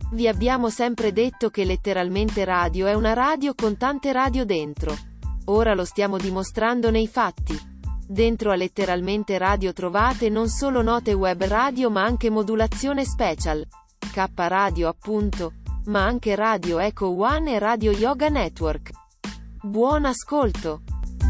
Vi abbiamo sempre detto che Letteralmente Radio è una radio con tante radio dentro. Ora lo stiamo dimostrando nei fatti. Dentro a Letteralmente Radio trovate non solo note web radio ma anche modulazione special. K Radio appunto, ma anche Radio Echo One e Radio Yoga Network. Buon ascolto!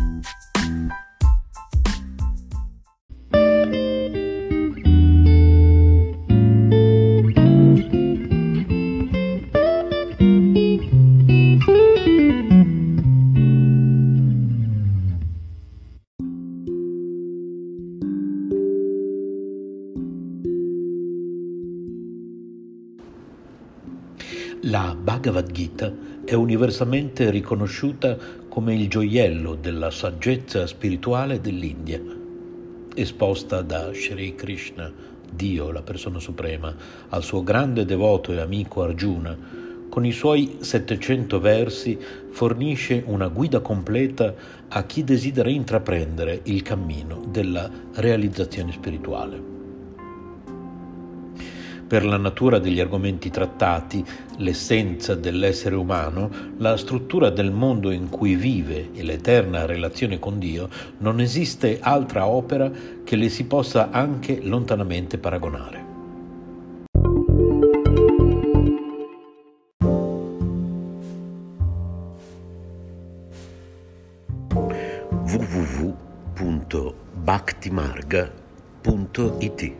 La Bhagavad Gita è universalmente riconosciuta come il gioiello della saggezza spirituale dell'India. Esposta da Shri Krishna, Dio, la persona suprema, al suo grande devoto e amico Arjuna, con i suoi 700 versi fornisce una guida completa a chi desidera intraprendere il cammino della realizzazione spirituale. Per la natura degli argomenti trattati, l'essenza dell'essere umano, la struttura del mondo in cui vive e l'eterna relazione con Dio, non esiste altra opera che le si possa anche lontanamente paragonare. www.bhaktimarga.it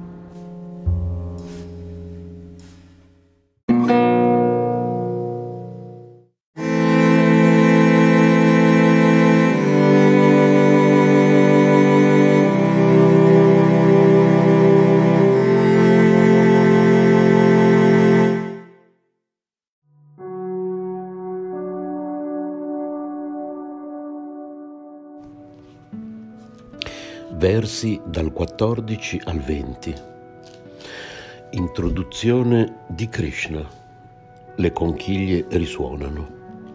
Versi dal 14 al 20. Introduzione di Krishna. Le conchiglie risuonano.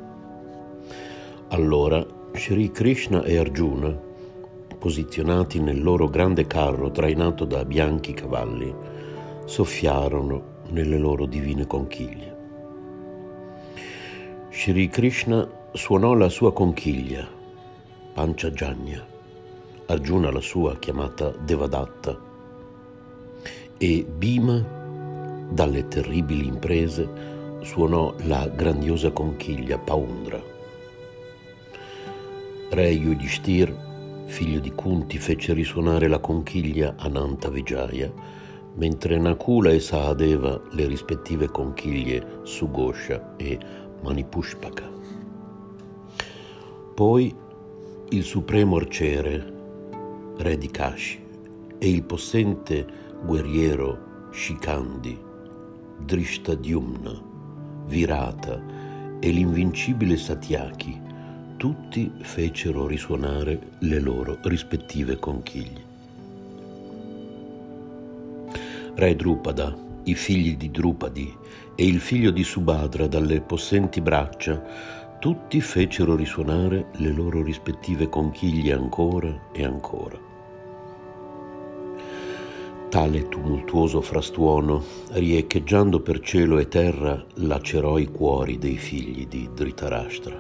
Allora Shri Krishna e Arjuna, posizionati nel loro grande carro trainato da bianchi cavalli, soffiarono nelle loro divine conchiglie. Shri Krishna suonò la sua conchiglia, Panchajanya, Arjuna la sua, chiamata Devadatta, e Bhima, dalle terribili imprese, suonò la grandiosa conchiglia Paundra. Re Yudhishthir, figlio di Kunti, fece risuonare la conchiglia Ananta Vijaya, mentre Nakula e Sahadeva le rispettive conchiglie Sughosha e Manipushpaka. Poi il supremo arciere, re di Kashi, e il possente guerriero Shikandi, Drishtadyumna, Virata e l'invincibile Satyaki, tutti fecero risuonare le loro rispettive conchiglie. Re Drupada, i figli di Drupadi e il figlio di Subhadra dalle possenti braccia, tutti fecero risuonare le loro rispettive conchiglie ancora e ancora. Tale tumultuoso frastuono, riecheggiando per cielo e terra, lacerò i cuori dei figli di Dhritarashtra.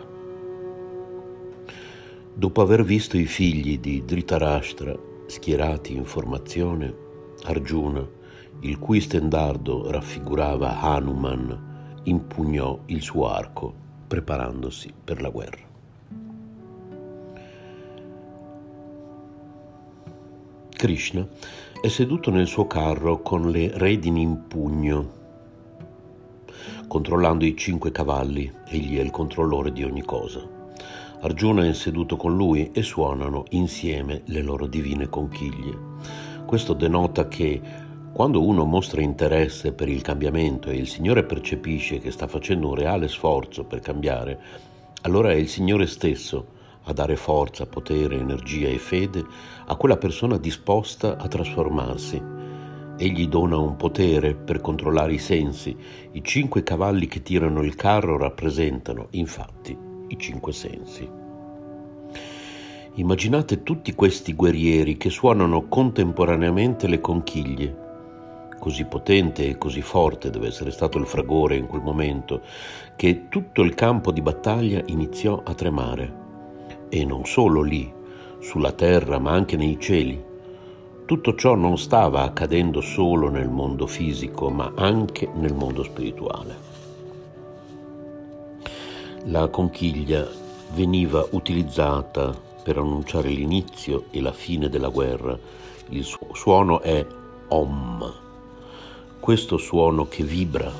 Dopo aver visto i figli di Dhritarashtra schierati in formazione, Arjuna, il cui stendardo raffigurava Hanuman, impugnò il suo arco, preparandosi per la guerra. Krishna è seduto nel suo carro con le redini in pugno, controllando i 5 cavalli. Egli è il controllore di ogni cosa. Arjuna è seduto con lui e suonano insieme le loro divine conchiglie. Questo denota che quando uno mostra interesse per il cambiamento e il Signore percepisce che sta facendo un reale sforzo per cambiare, allora è il Signore stesso a dare forza, potere, energia e fede a quella persona disposta a trasformarsi. Egli dona un potere per controllare i sensi. I 5 cavalli che tirano il carro rappresentano, infatti, i 5 sensi. Immaginate tutti questi guerrieri che suonano contemporaneamente le conchiglie. Così potente e così forte deve essere stato il fragore in quel momento, che tutto il campo di battaglia iniziò a tremare. E non solo lì, sulla terra, ma anche nei cieli. Tutto ciò non stava accadendo solo nel mondo fisico, ma anche nel mondo spirituale. La conchiglia veniva utilizzata per annunciare l'inizio e la fine della guerra. Il suono è Om. Questo suono che vibra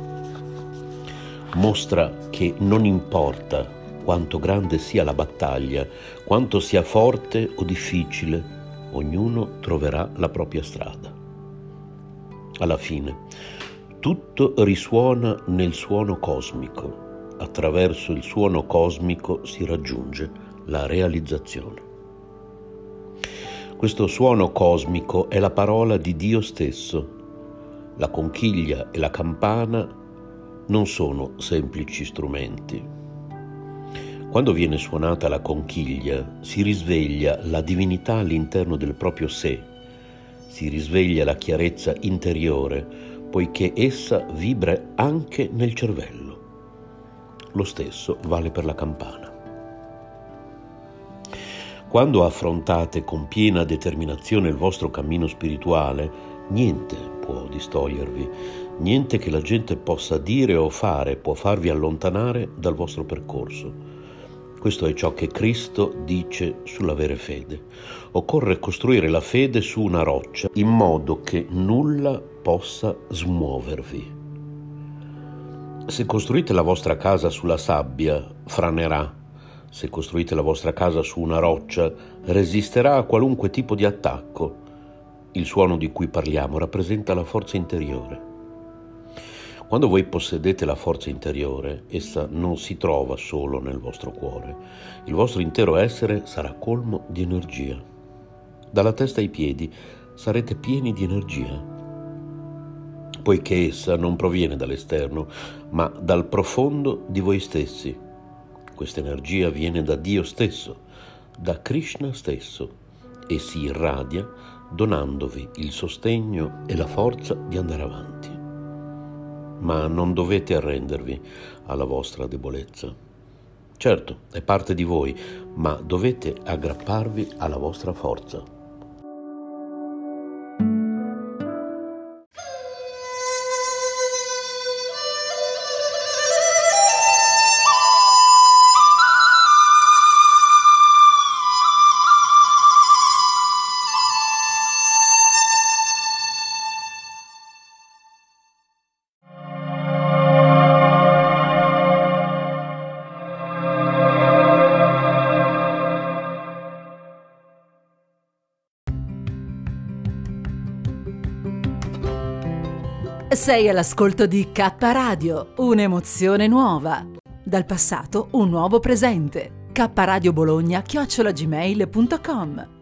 mostra che non importa quanto grande sia la battaglia, quanto sia forte o difficile, ognuno troverà la propria strada. Alla fine, tutto risuona nel suono cosmico. Attraverso il suono cosmico si raggiunge la realizzazione. Questo suono cosmico è la parola di Dio stesso. La conchiglia e la campana non sono semplici strumenti. Quando viene suonata la conchiglia, si risveglia la divinità all'interno del proprio sé, si risveglia la chiarezza interiore, poiché essa vibra anche nel cervello. Lo stesso vale per la campana. Quando affrontate con piena determinazione il vostro cammino spirituale, niente può distogliervi, niente che la gente possa dire o fare può farvi allontanare dal vostro percorso. Questo è ciò che Cristo dice sull'avere fede. Occorre costruire la fede su una roccia in modo che nulla possa smuovervi. Se costruite la vostra casa sulla sabbia, franerà. Se costruite la vostra casa su una roccia, resisterà a qualunque tipo di attacco. Il suono di cui parliamo rappresenta la forza interiore. Quando voi possedete la forza interiore, essa non si trova solo nel vostro cuore. Il vostro intero essere sarà colmo di energia. Dalla testa ai piedi sarete pieni di energia, poiché essa non proviene dall'esterno, ma dal profondo di voi stessi. Questa energia viene da Dio stesso, da Krishna stesso, e si irradia donandovi il sostegno e la forza di andare avanti. Ma non dovete arrendervi alla vostra debolezza. Certo, è parte di voi, ma dovete aggrapparvi alla vostra forza. Sei all'ascolto di K Radio, un'emozione nuova. Dal passato un nuovo presente. kradiobologna@gmail.com